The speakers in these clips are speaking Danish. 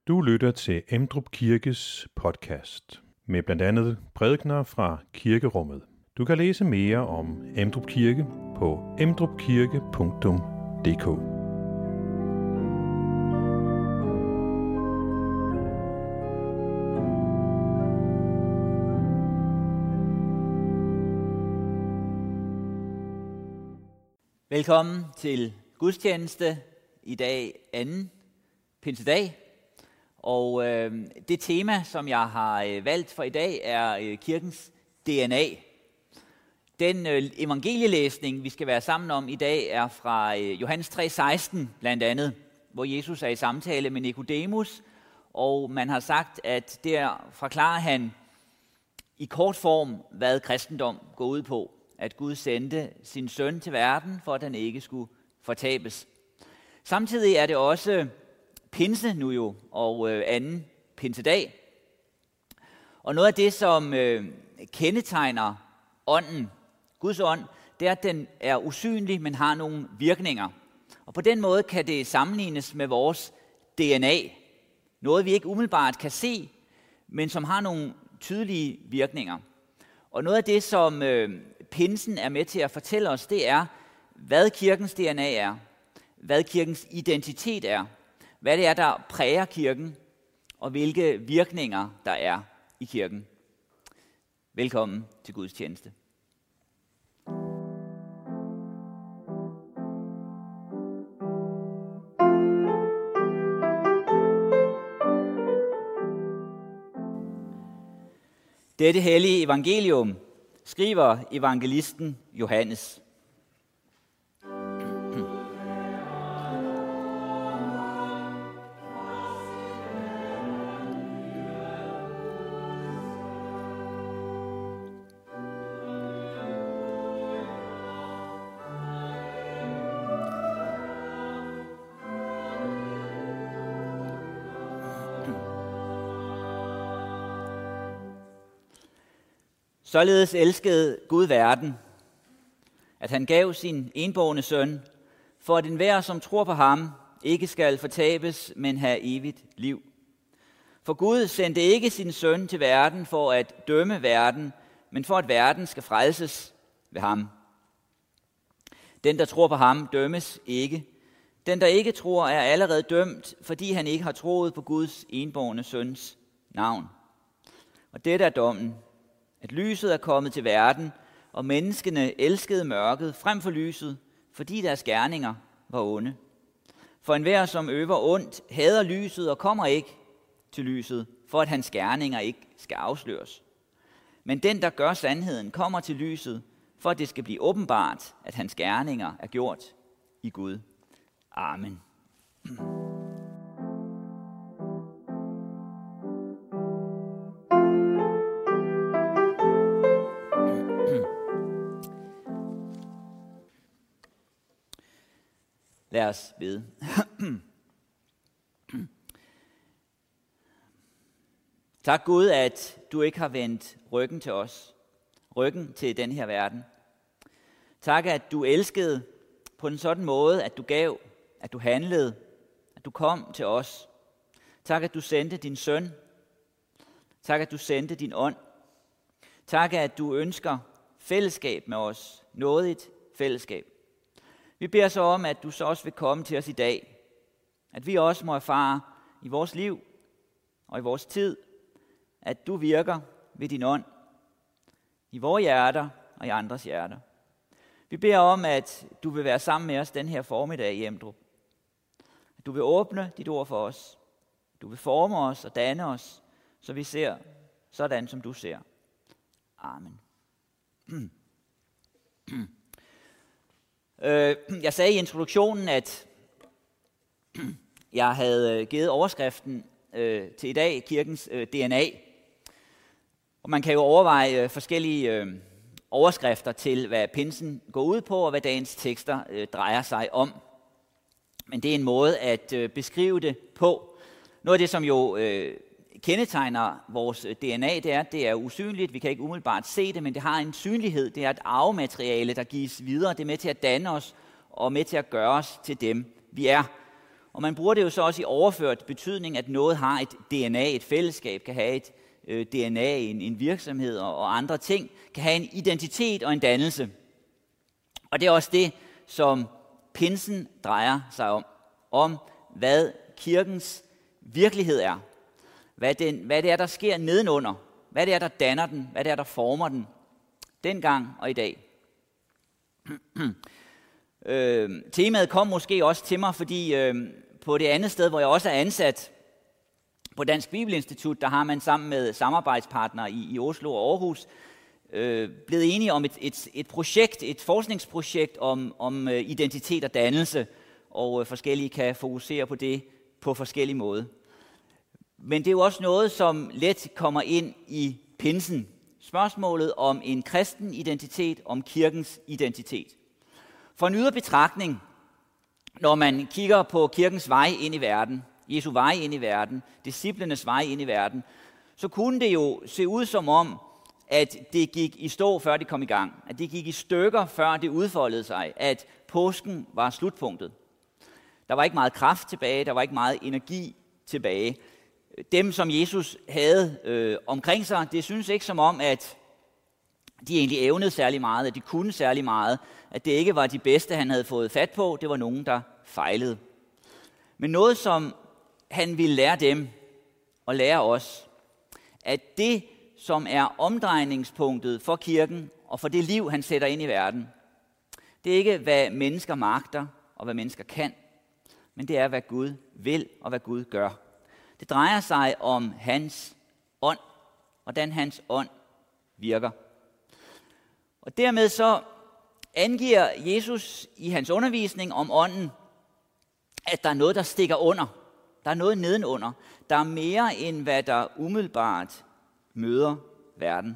Du lytter til Emdrup Kirkes podcast med blandt andet prædikener fra kirkerummet. Du kan læse mere om Emdrup Kirke på emdrupkirke.dk. Velkommen til gudstjeneste i dag, anden pinsedag. Og det tema, som jeg har valgt for i dag, er kirkens DNA. Den evangelielæsning, vi skal være sammen om i dag, er fra Johannes 3,16 blandt andet, hvor Jesus er i samtale med Nikodemus, og man har sagt, at der forklarer han i kort form, hvad kristendom går ud på. At Gud sendte sin søn til verden, for at han ikke skulle fortabes. Samtidig er det også pinse nu jo, og anden pinsedag. Og noget af det, som kendetegner ånden, Guds ånd, det er, at den er usynlig, men har nogle virkninger. Og på den måde kan det sammenlignes med vores DNA. Noget, vi ikke umiddelbart kan se, men som har nogle tydelige virkninger. Og noget af det, som pinsen er med til at fortælle os, det er, hvad kirkens DNA er, hvad kirkens identitet er, hvad det er, der præger kirken, og hvilke virkninger der er i kirken. Velkommen til gudstjeneste. Dette hellige evangelium skriver evangelisten Johannes. Således elskede Gud verden, at han gav sin enbårne søn, for at enhver, som tror på ham, ikke skal fortabes, men have evigt liv. For Gud sendte ikke sin søn til verden for at dømme verden, men for at verden skal frelses ved ham. Den, der tror på ham, dømmes ikke. Den, der ikke tror, er allerede dømt, fordi han ikke har troet på Guds enbårne søns navn. Og dette er dommen, at lyset er kommet til verden, og menneskene elskede mørket frem for lyset, fordi deres gerninger var onde. For enhver, som øver ondt, hader lyset og kommer ikke til lyset, for at hans gerninger ikke skal afsløres. Men den, der gør sandheden, kommer til lyset, for at det skal blive åbenbart, at hans gerninger er gjort i Gud. Amen. Lad os bede. Tak Gud, at du ikke har vendt ryggen til os, ryggen til den her verden. Tak, at du elskede på en sådan måde, at du gav, at du handlede, at du kom til os. Tak, at du sendte din søn. Tak, at du sendte din ånd. Tak, at du ønsker fællesskab med os, nådigt fællesskab. Vi beder så om, at du så også vil komme til os i dag. At vi også må erfare i vores liv og i vores tid, at du virker ved din ånd. I vores hjerter og i andres hjerter. Vi beder om, at du vil være sammen med os den her formiddag i Emdrup. At du vil åbne dit ord for os. Du vil forme os og danne os, så vi ser sådan, som du ser. Amen. Jeg sagde i introduktionen, at jeg havde givet overskriften til i dag, kirkens DNA. Og man kan jo overveje forskellige overskrifter til, hvad pinsen går ud på, og hvad dagens tekster drejer sig om. Men det er en måde at beskrive det på. Noget af det, som jo kendetegner vores DNA, det er usynligt. Vi kan ikke umiddelbart se det, men det har en synlighed. Det er et arvemateriale, der gives videre. Det er med til at danne os og med til at gøre os til dem, vi er. Og man bruger det jo så også i overført betydning, at noget har et DNA, et fællesskab kan have et DNA, en virksomhed og andre ting, kan have en identitet og en dannelse. Og det er også det, som pinsen drejer sig om hvad kirkens virkelighed er. Hvad det er, der sker nedenunder. Hvad det er, der danner den. Hvad det er, der former den. Dengang og i dag. Temaet kom måske også til mig, fordi på det andet sted, hvor jeg også er ansat på Dansk Bibelinstitut, der har man sammen med samarbejdspartnere i Oslo og Aarhus blevet enige om et projekt, et forskningsprojekt om identitet og dannelse, og forskellige kan fokusere på det på forskellige måder. Men det er jo også noget, som let kommer ind i pinsen. Spørgsmålet om en kristen identitet, om kirkens identitet. For en ydre betragtning, når man kigger på kirkens vej ind i verden, Jesu vej ind i verden, disciplenes vej ind i verden, så kunne det jo se ud som om, at det gik i stå, før det kom i gang. At det gik i stykker, før det udfoldede sig. At påsken var slutpunktet. Der var ikke meget kraft tilbage, der var ikke meget energi tilbage. Dem, som Jesus havde omkring sig, det synes ikke som om, at de egentlig evnede særlig meget, at de kunne særlig meget, at det ikke var de bedste, han havde fået fat på, det var nogen, der fejlede. Men noget, som han ville lære dem og lære os, at det, som er omdrejningspunktet for kirken og for det liv, han sætter ind i verden, det er ikke, hvad mennesker magter og hvad mennesker kan, men det er, hvad Gud vil og hvad Gud gør. Det drejer sig om hans ånd, hvordan hans ånd virker. Og dermed så angiver Jesus i hans undervisning om ånden, at der er noget, der stikker under. Der er noget nedenunder. Der er mere end hvad der umiddelbart møder verden.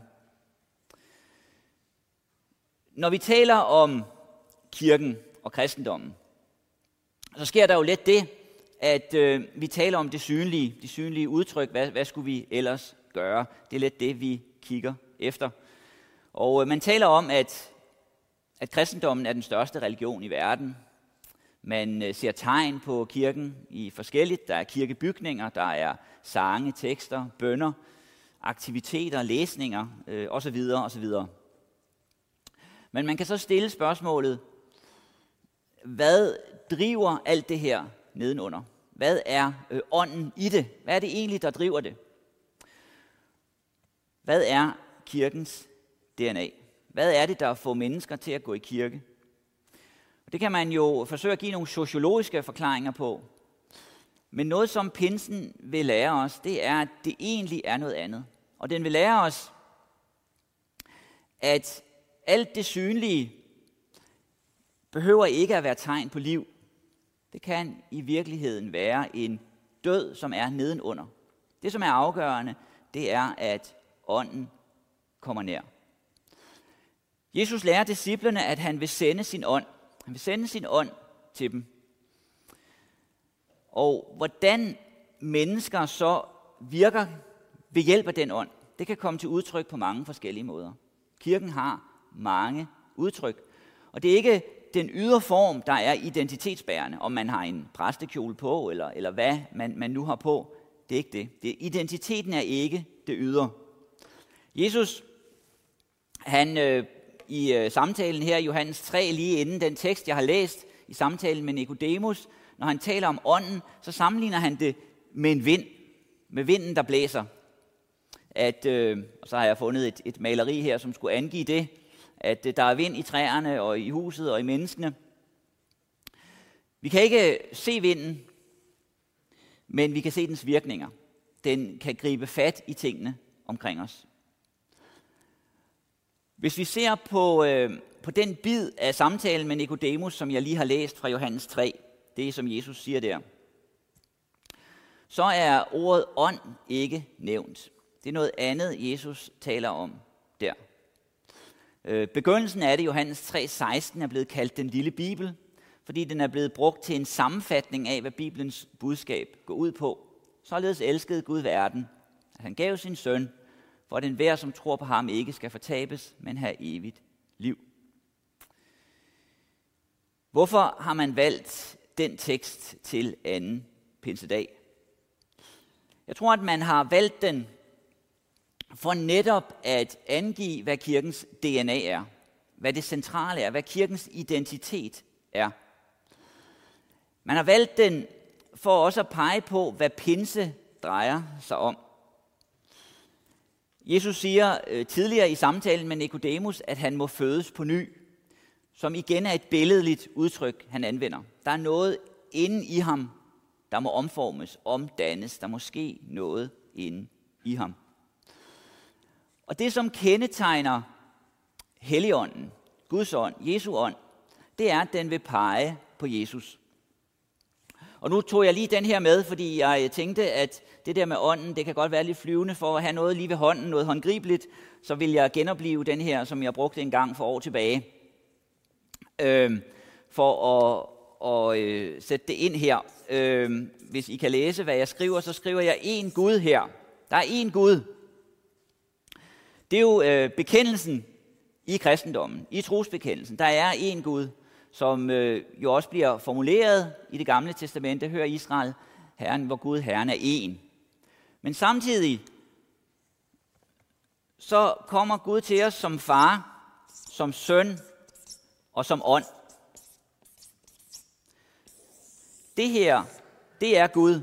Når vi taler om kirken og kristendommen, så sker der jo let det, at vi taler om det synlige udtryk. Hvad skulle vi ellers gøre? Det er let det, vi kigger efter. Og man taler om, at kristendommen er den største religion i verden. Man ser tegn på kirken i forskelligt. Der er kirkebygninger, der er sange, tekster, bønner, aktiviteter, læsninger osv. osv. Men man kan så stille spørgsmålet, hvad driver alt det her nedenunder? Hvad er ånden i det? Hvad er det egentlig, der driver det? Hvad er kirkens DNA? Hvad er det, der får mennesker til at gå i kirke? Og det kan man jo forsøge at give nogle sociologiske forklaringer på. Men noget, som pinsen vil lære os, det er, at det egentlig er noget andet. Og den vil lære os, at alt det synlige behøver ikke at være tegn på liv. Det kan i virkeligheden være en død, som er nedenunder. Det, som er afgørende, det er, at ånden kommer nær. Jesus lærer disciplene, at han vil sende sin ånd. Han vil sende sin ånd til dem. Og hvordan mennesker så virker ved hjælp af den ånd, det kan komme til udtryk på mange forskellige måder. Kirken har mange udtryk. Og det er ikke den ydre form, der er identitetsbærende, om man har en præstekjole på, eller hvad man nu har på. Det er ikke det. Identiteten er ikke det ydre. Jesus, han i samtalen her i Johannes 3, lige inden den tekst, jeg har læst, i samtalen med Nikodemus, når han taler om ånden, så sammenligner han det med en vind, med vinden, der blæser. Og så har jeg fundet et maleri her, som skulle angive det, at der er vind i træerne og i huset og i menneskene. Vi kan ikke se vinden, men vi kan se dens virkninger. Den kan gribe fat i tingene omkring os. Hvis vi ser på den bid af samtalen med Nikodemus, som jeg lige har læst fra Johannes 3, det som Jesus siger der, så er ordet ånd ikke nævnt. Det er noget andet, Jesus taler om der. Begyndelsen af det, Johannes 3:16, er blevet kaldt den lille bibel, fordi den er blevet brugt til en sammenfatning af, hvad Bibelens budskab går ud på. Således elskede Gud verden, at han gav sin søn, for at enhver, som tror på ham, ikke skal fortabes, men have evigt liv. Hvorfor har man valgt den tekst til anden pinsedag. Jeg tror, at man har valgt den for netop at angive, hvad kirkens DNA er, hvad det centrale er, hvad kirkens identitet er. Man har valgt den for også at pege på, hvad pinse drejer sig om. Jesus siger tidligere i samtalen med Nikodemus, at han må fødes på ny, som igen er et billedligt udtryk, han anvender. Der er noget inde i ham, der må omformes, omdannes. Der må ske noget inde i ham. Og det, som kendetegner Helligånden, Guds ånd, Jesu ånd, det er, at den vil pege på Jesus. Og nu tog jeg lige den her med, fordi jeg tænkte, at det der med ånden, det kan godt være lidt flyvende for at have noget lige ved hånden, noget håndgribeligt. Så vil jeg genopleve den her, som jeg brugte en gang for år tilbage, for at sætte det ind her. Hvis I kan læse, hvad jeg skriver, så skriver jeg én Gud her. Der er én Gud. Det er jo bekendelsen i kristendommen, i trosbekendelsen. Der er én Gud, som jo også bliver formuleret i det gamle testamente. Hør Israel, Herren, hvor Gud, Herren er én. Men samtidig så kommer Gud til os som far, som søn og som ånd. Det her, det er Gud.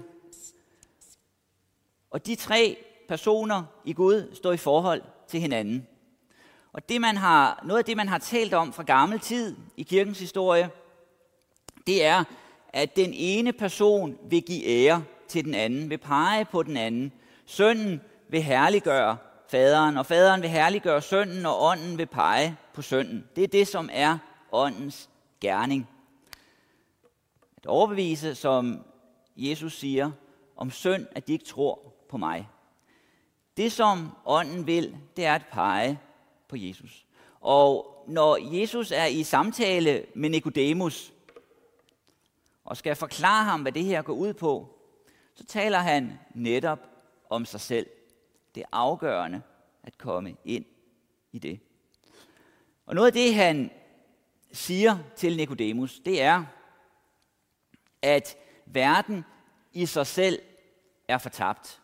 Og de tre personer i Gud står i forhold til hinanden. Og noget af det, man har talt om fra gammel tid i kirkens historie, det er, at den ene person vil give ære til den anden, vil pege på den anden. Sønnen vil herliggøre faderen, og faderen vil herliggøre sønnen, og ånden vil pege på sønnen. Det er det, som er åndens gerning. At overbevise, som Jesus siger, om synd, at de ikke tror på mig. Det, som ånden vil, det er at pege på Jesus. Og når Jesus er i samtale med Nikodemus og skal forklare ham, hvad det her går ud på, så taler han netop om sig selv. Det er afgørende at komme ind i det. Og noget af det, han siger til Nikodemus, det er, at verden i sig selv er fortabt.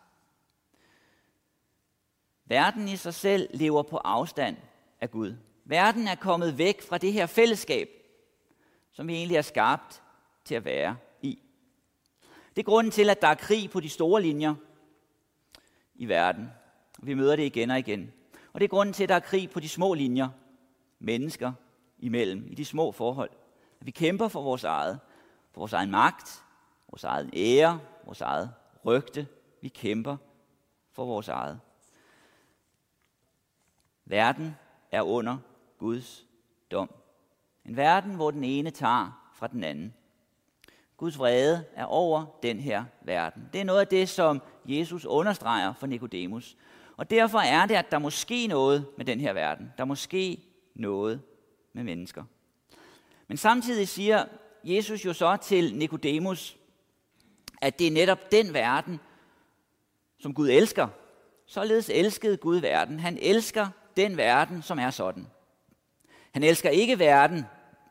Verden i sig selv lever på afstand af Gud. Verden er kommet væk fra det her fællesskab, som vi egentlig er skabt til at være i. Det er grunden til, at der er krig på de store linjer i verden. Vi møder det igen og igen. Og det er grunden til, at der er krig på de små linjer, mennesker imellem, i de små forhold. At vi kæmper for vores egen magt, vores egen ære, vores eget rygte. Vi kæmper for vores eget. Verden er under Guds dom. En verden, hvor den ene tager fra den anden. Guds vrede er over den her verden. Det er noget af det, som Jesus understreger for Nikodemus. Og derfor er det, at der må ske noget med den her verden. Der må ske noget med mennesker. Men samtidig siger Jesus jo så til Nikodemus, at det er netop den verden, som Gud elsker. Således elskede Gud verden. Han elsker den verden, som er sådan. Han elsker ikke verden,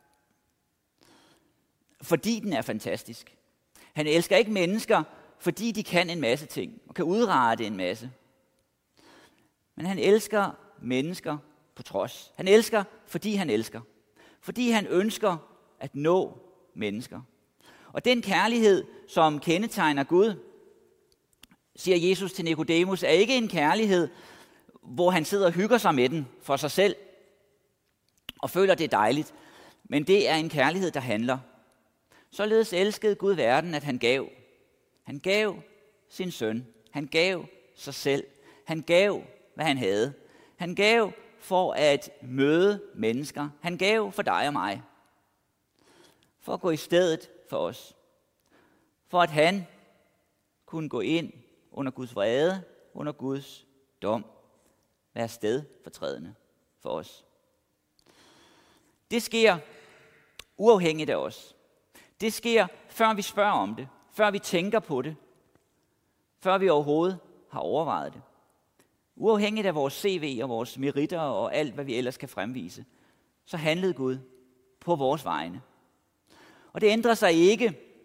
fordi den er fantastisk. Han elsker ikke mennesker, fordi de kan en masse ting og kan udrette en masse. Men han elsker mennesker på trods. Han elsker, fordi han elsker. Fordi han ønsker at nå mennesker. Og den kærlighed, som kendetegner Gud, siger Jesus til Nikodemus, er ikke en kærlighed, hvor han sidder og hygger sig med den for sig selv og føler, det er dejligt. Men det er en kærlighed, der handler. Således elskede Gud verden, at han gav. Han gav sin søn. Han gav sig selv. Han gav, hvad han havde. Han gav for at møde mennesker. Han gav for dig og mig. For at gå i stedet for os. For at han kunne gå ind under Guds vrede, under Guds dom. Være stedfortrædende for os. Det sker uafhængigt af os. Det sker, før vi spørger om det, før vi tænker på det, før vi overhovedet har overvejet det. Uafhængigt af vores CV og vores meritter og alt, hvad vi ellers kan fremvise, så handlede Gud på vores vegne. Og det ændrer sig ikke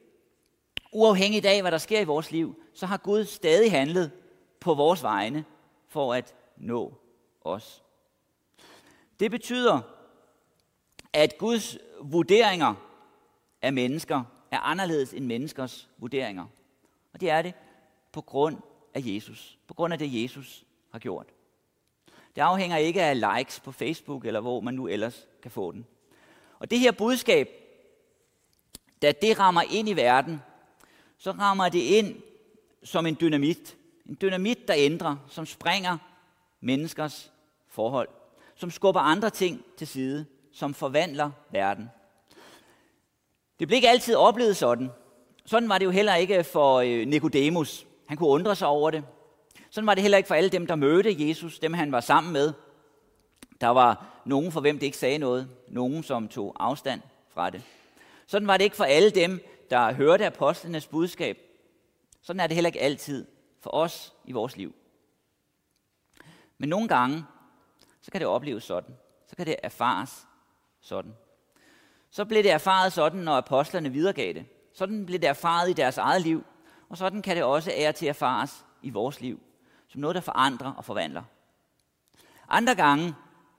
uafhængigt af, hvad der sker i vores liv, så har Gud stadig handlet på vores vegne for at nå os. Det betyder, at Guds vurderinger af mennesker er anderledes end menneskers vurderinger. Og det er det på grund af Jesus. På grund af det, Jesus har gjort. Det afhænger ikke af likes på Facebook, eller hvor man nu ellers kan få den. Og det her budskab, da det rammer ind i verden, så rammer det ind som en dynamit. En dynamit, der ændrer, som springer menneskers forhold. Som skubber andre ting til side, som forvandler verden. Det blev ikke altid oplevet sådan. Sådan var det jo heller ikke for Nikodemus. Han kunne undre sig over det. Sådan var det heller ikke for alle dem, der mødte Jesus, dem han var sammen med. Der var nogen, for hvem det ikke sagde noget. Nogen, som tog afstand fra det. Sådan var det ikke for alle dem, der hørte apostlenes budskab. Sådan er det heller ikke altid for os i vores liv. Men nogle gange, så kan det opleves sådan. Så kan det erfares sådan. Så blev det erfaret sådan, når apostlerne videregav det. Sådan blev det erfaret i deres eget liv. Og sådan kan det også ære til erfares i vores liv. Som noget, der forandrer og forvandler. Andre gange,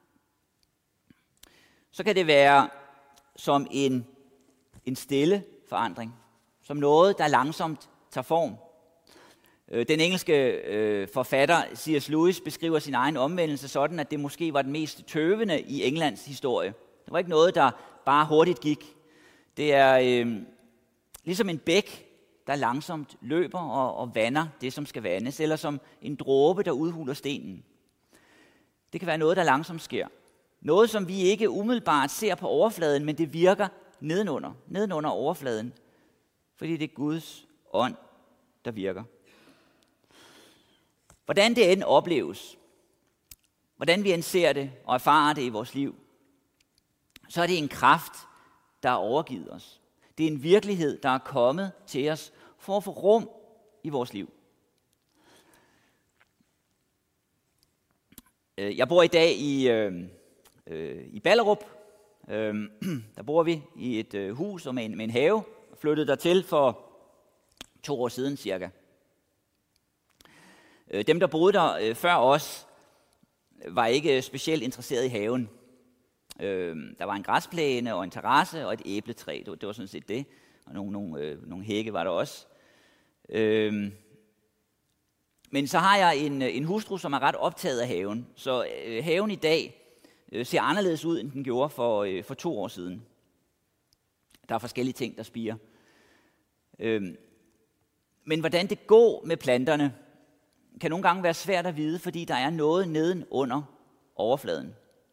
så kan det være som en stille forandring. Som noget, der langsomt tager form. Den engelske forfatter C.S. Lewis beskriver sin egen omvendelse sådan, at det måske var den mest tøvende i Englands historie. Det var ikke noget, der bare hurtigt gik. Det er ligesom en bæk, der langsomt løber og vander det, som skal vandes, eller som en dråbe, der udhuler stenen. Det kan være noget, der langsomt sker. Noget, som vi ikke umiddelbart ser på overfladen, men det virker nedenunder overfladen, fordi det er Guds ånd, der virker. Hvordan det end opleves, hvordan vi end ser det og erfarer det i vores liv, så er det en kraft, der har overgivet os. Det er en virkelighed, der er kommet til os for at få rum i vores liv. Jeg bor i dag i Ballerup. Der bor vi i et hus og med en have. Jeg flyttede dertil for 2 år siden cirka. Dem, der boede der før os, var ikke specielt interesseret i haven. Der var en græsplæne og en terrasse og et æbletræ. Det var sådan set det. Og nogle hække var der også. Men så har jeg en hustru, som er ret optaget af haven. Så haven i dag ser anderledes ud, end den gjorde for 2 år siden. Der er forskellige ting, der spirer. Men hvordan det går med planterne, kan nogle gange være svært at vide, fordi der er noget nedenunder overfladen.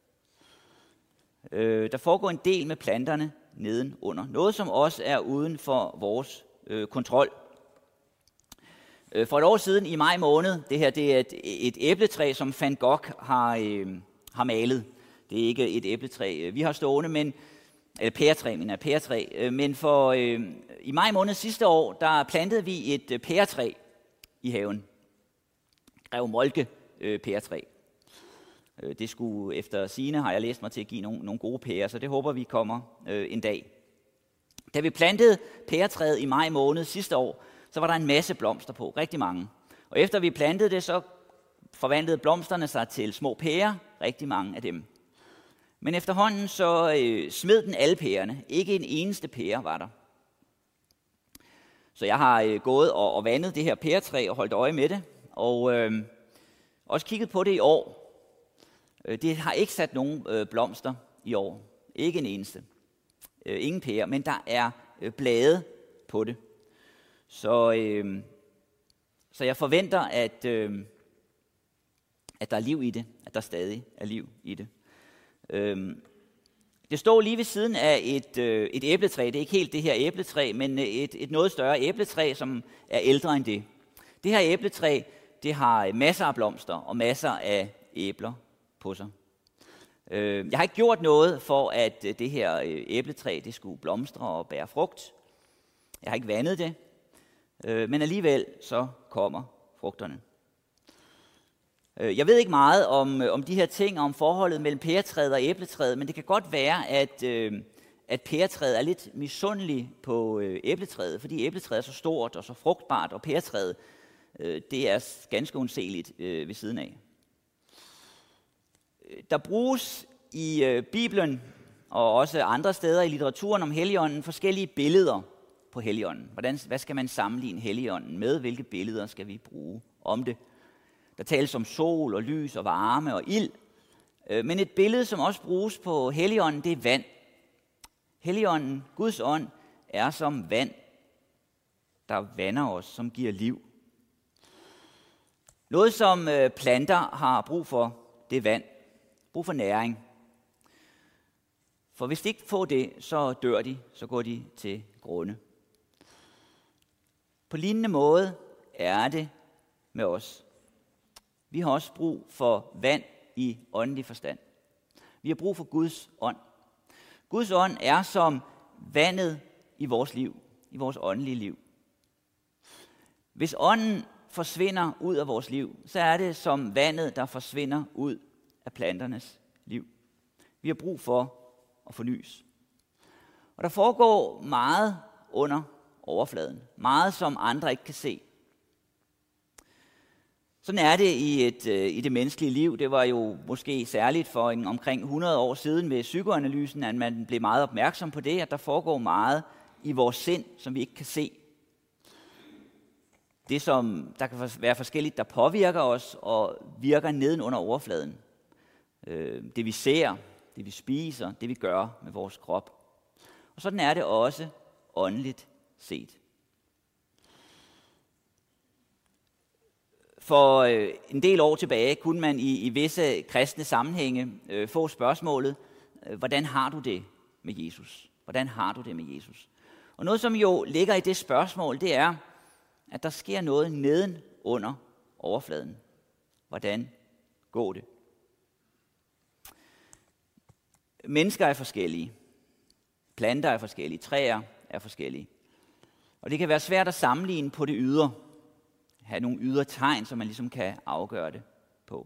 Der foregår en del med planterne nedenunder. Noget, som også er uden for vores kontrol. For et år siden i maj måned, det her det er et æbletræ, som Van Gogh har malet. Det er ikke et æbletræ, vi har stående, pæretræ, men i maj måned sidste år, der plantede vi et pæretræ i haven. Grev Moltke pæretræ. Det skulle efter sigende, har jeg læst mig til at give nogle gode pærer, så det håber vi kommer en dag. Da vi plantede pæretræet i maj måned sidste år, så var der en masse blomster på, rigtig mange. Og efter vi plantede det, så forvandlede blomsterne sig til små pærer, rigtig mange af dem. Men efterhånden så smed den alle pærerne. Ikke en eneste pære var der. Så jeg har gået og vandet det her pæretræ og holdt øje med det, og også kigget på det i år. Det har ikke sat nogen blomster i år. Ikke en eneste. Ingen pærer, men der er blade på det. Så jeg forventer, at der er liv i det. At der stadig er liv i det. Det står lige ved siden af et æbletræ. Det er ikke helt det her æbletræ, men et noget større æbletræ, som er ældre end det. Det her æbletræ, det har masser af blomster og masser af æbler på sig. Jeg har ikke gjort noget for, at det her æbletræ det skulle blomstre og bære frugt. Jeg har ikke vandet det, men alligevel så kommer frugterne. Jeg ved ikke meget om de her ting, om forholdet mellem pæretræet og æbletræet, men det kan godt være, at pæretræet er lidt misundelig på æbletræet, fordi æbletræet er så stort og så frugtbart, og pæretræet det er ganske undseeligt ved siden af. Der bruges i Bibelen og også andre steder i litteraturen om Helligånden forskellige billeder på Helligånden. Hvad skal man sammenligne Helligånden med? Hvilke billeder skal vi bruge om det? Der tales om sol og lys og varme og ild. Men et billede, som også bruges på Helligånden, det er vand. Helligånden, Guds ånd, er som vand, der vander os, som giver liv. Noget, som planter har brug for, det er vand. Brug for næring. For hvis de ikke får det, så dør de, så går de til grunde. På lignende måde er det med os. Vi har også brug for vand i åndelig forstand. Vi har brug for Guds ånd. Guds ånd er som vandet i vores liv, i vores åndelige liv. Hvis ånden forsvinder ud af vores liv, så er det som vandet, der forsvinder ud af planternes liv. Vi har brug for at fornyes. Og der foregår meget under overfladen. Meget, som andre ikke kan se. Sådan er det i det menneskelige liv. Det var jo måske særligt for omkring 100 år siden med psykoanalysen, at man blev meget opmærksom på det, at der foregår meget i vores sind, som vi ikke kan se. Det, som der kan være forskelligt, der påvirker os og virker neden under overfladen. Det vi ser, det vi spiser, det vi gør med vores krop. Og sådan er det også åndeligt set. For en del år tilbage kunne man i visse kristne sammenhænge få spørgsmålet, hvordan har du det med Jesus? Hvordan har du det med Jesus? Og noget, som jo ligger i det spørgsmål, det er, at der sker noget neden under overfladen. Hvordan går det? Mennesker er forskellige. Planter er forskellige. Træer er forskellige. Og det kan være svært at sammenligne på det ydre. Have nogle ydre tegn, som man ligesom kan afgøre det på.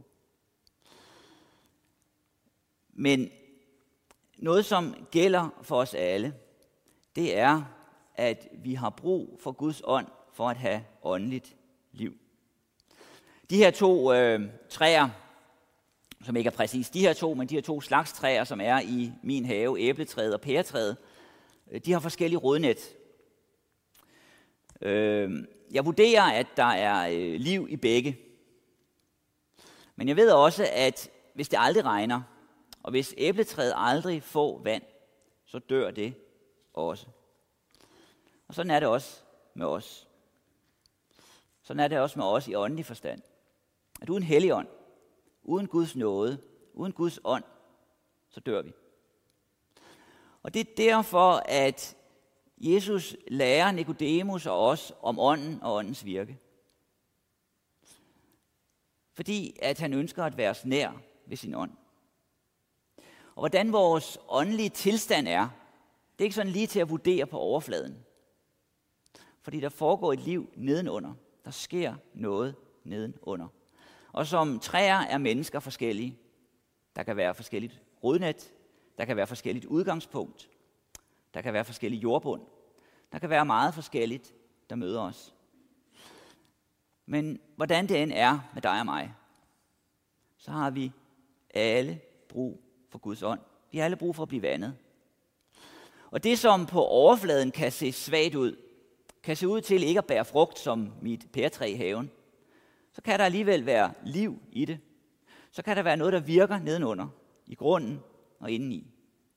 Men noget, som gælder for os alle, det er, at vi har brug for Guds ånd for at have åndeligt liv. De her to træer, som ikke er præcis de her to, men de her to slags træer, som er i min have, æbletræet og pæretræet, de har forskellige rodnet. Jeg vurderer, at der er liv i begge. Men jeg ved også, at hvis det aldrig regner, og hvis æbletræet aldrig får vand, så dør det også. Og sådan er det også med os. Sådan er det også med os i åndelig forstand. At uden Helligånd, uden Guds nåde, uden Guds ånd, så dør vi. Og det er derfor, at Jesus lærer Nikodemus og os om ånden og åndens virke. Fordi at han ønsker at være os nær ved sin ånd. Og hvordan vores åndelige tilstand er, det er ikke sådan lige til at vurdere på overfladen. Fordi der foregår et liv nedenunder. Der sker noget nedenunder. Og som træer er mennesker forskellige. Der kan være forskelligt rodnet. Der kan være forskelligt udgangspunkt. Der kan være forskellig jordbund. Der kan være meget forskelligt, der møder os. Men hvordan det end er med dig og mig, så har vi alle brug for Guds ånd. Vi har alle brug for at blive vandet. Og det, som på overfladen kan se svagt ud, kan se ud til ikke at bære frugt som mit pæretræ i haven, så kan der alligevel være liv i det. Så kan der være noget, der virker nedenunder, i grunden og indeni.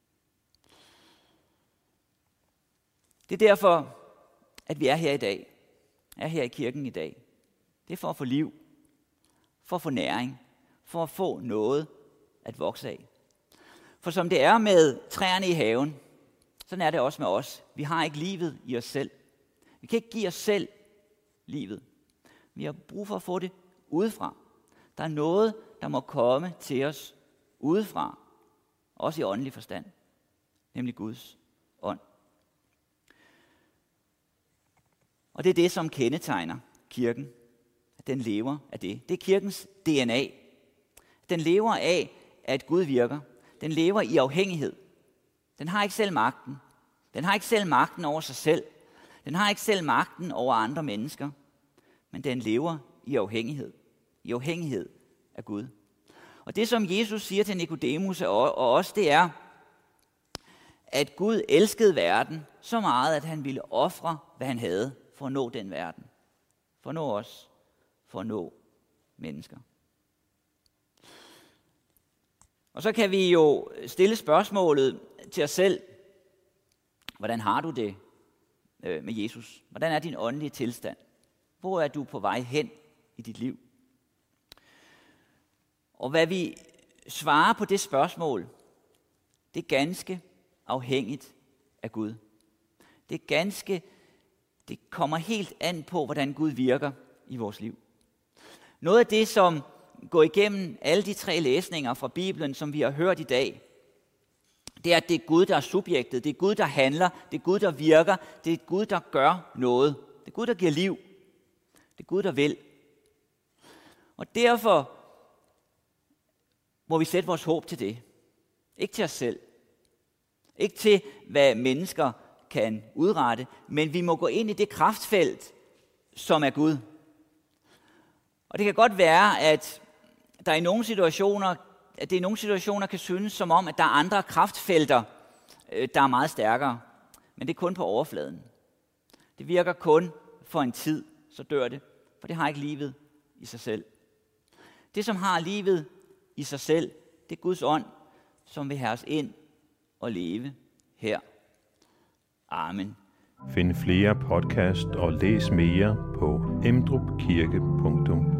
Det er derfor, at vi er her i dag, er her i kirken i dag. Det er for at få liv, for at få næring, for at få noget at vokse af. For som det er med træerne i haven, sådan er det også med os. Vi har ikke livet i os selv. Vi kan ikke give os selv livet. Vi har brug for at få det udefra. Der er noget, der må komme til os udefra, også i åndelig forstand, nemlig Guds ånd. Og det er det, som kendetegner kirken. At den lever af det. Det er kirkens DNA. Den lever af, at Gud virker. Den lever i afhængighed. Den har ikke selv magten. Den har ikke selv magten over sig selv. Den har ikke selv magten over andre mennesker. Men den lever i afhængighed. I afhængighed af Gud. Og det, som Jesus siger til Nikodemus og os, det er, at Gud elskede verden så meget, at han ville ofre, hvad han havde, for at nå den verden. For at nå os. For at nå mennesker. Og så kan vi jo stille spørgsmålet til os selv. Hvordan har du det med Jesus? Hvordan er din åndelige tilstand? Hvor er du på vej hen i dit liv? Og hvad vi svarer på det spørgsmål, det er ganske afhængigt af Gud. Det kommer helt an på, hvordan Gud virker i vores liv. Noget af det, som går igennem alle de 3 læsninger fra Bibelen, som vi har hørt i dag, det er, at det er Gud, der er subjektet. Det er Gud, der handler. Det er Gud, der virker. Det er Gud, der gør noget. Det er Gud, der giver liv. Det er Gud, der vil. Og derfor må vi sætte vores håb til det. Ikke til os selv. Ikke til, hvad mennesker kan udrette, men vi må gå ind i det kraftfelt, som er Gud. Og det kan godt være, at der i nogle situationer kan synes som om, at der er andre kraftfelter, der er meget stærkere. Men det er kun på overfladen. Det virker kun for en tid, så dør det, for det har ikke livet i sig selv. Det, som har livet i sig selv, det er Guds ånd, som vil have os ind og leve her. Amen. Find flere podcast og læs mere på emdrupkirke.dk